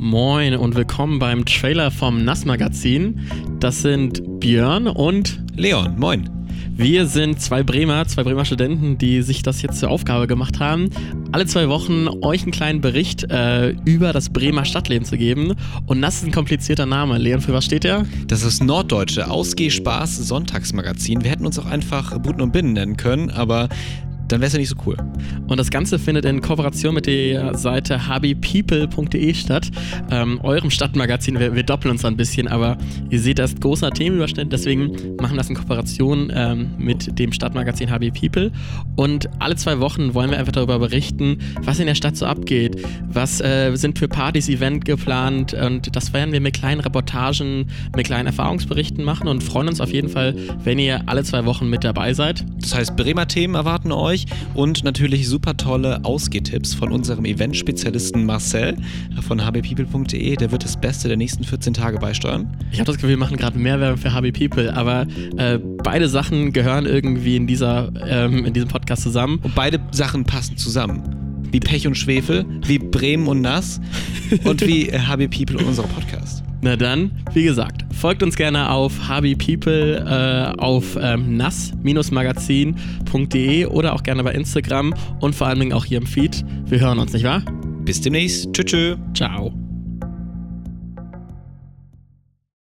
Moin und willkommen beim Trailer vom Nass-Magazin. Das sind Björn und Leon. Moin. Wir sind zwei Bremer Studenten, die sich das jetzt zur Aufgabe gemacht haben, alle 2 Wochen euch einen kleinen Bericht über das Bremer Stadtleben zu geben. Und Nass ist ein komplizierter Name. Leon, für was steht der? Das ist Norddeutsche Ausgeh-Spaß-Sonntagsmagazin. Wir hätten uns auch einfach Buten und Binnen nennen können, aber dann wäre es ja nicht so cool. Und das Ganze findet in Kooperation mit der Seite hbpeople.de statt, eurem Stadtmagazin. Wir doppeln uns ein bisschen, aber ihr seht, das ist großer Themenüberschnitt, deswegen machen wir das in Kooperation mit dem Stadtmagazin HB People. Und alle 2 Wochen wollen wir einfach darüber berichten, was in der Stadt so abgeht, was sind für Partys, Events geplant, und das werden wir mit kleinen Reportagen, mit kleinen Erfahrungsberichten machen und freuen uns auf jeden Fall, wenn ihr alle 2 Wochen mit dabei seid. Das heißt, Bremer Themen erwarten euch und natürlich super tolle Ausgehtipps von unserem Event-Spezialisten Marcel von hbpeople.de. Der wird das Beste der nächsten 14 Tage beisteuern. Ich habe das Gefühl, wir machen gerade mehr Werbung für HB People, aber beide Sachen gehören irgendwie in diesem Podcast zusammen. Und beide Sachen passen zusammen. Wie Pech und Schwefel, wie Bremen und Nass und wie HB People und unser Podcast. Na dann, wie gesagt, folgt uns gerne auf HB People, auf nass-magazin.de oder auch gerne bei Instagram und vor allen Dingen auch hier im Feed. Wir hören uns, nicht wahr? Bis demnächst. Tschüss. Ciao.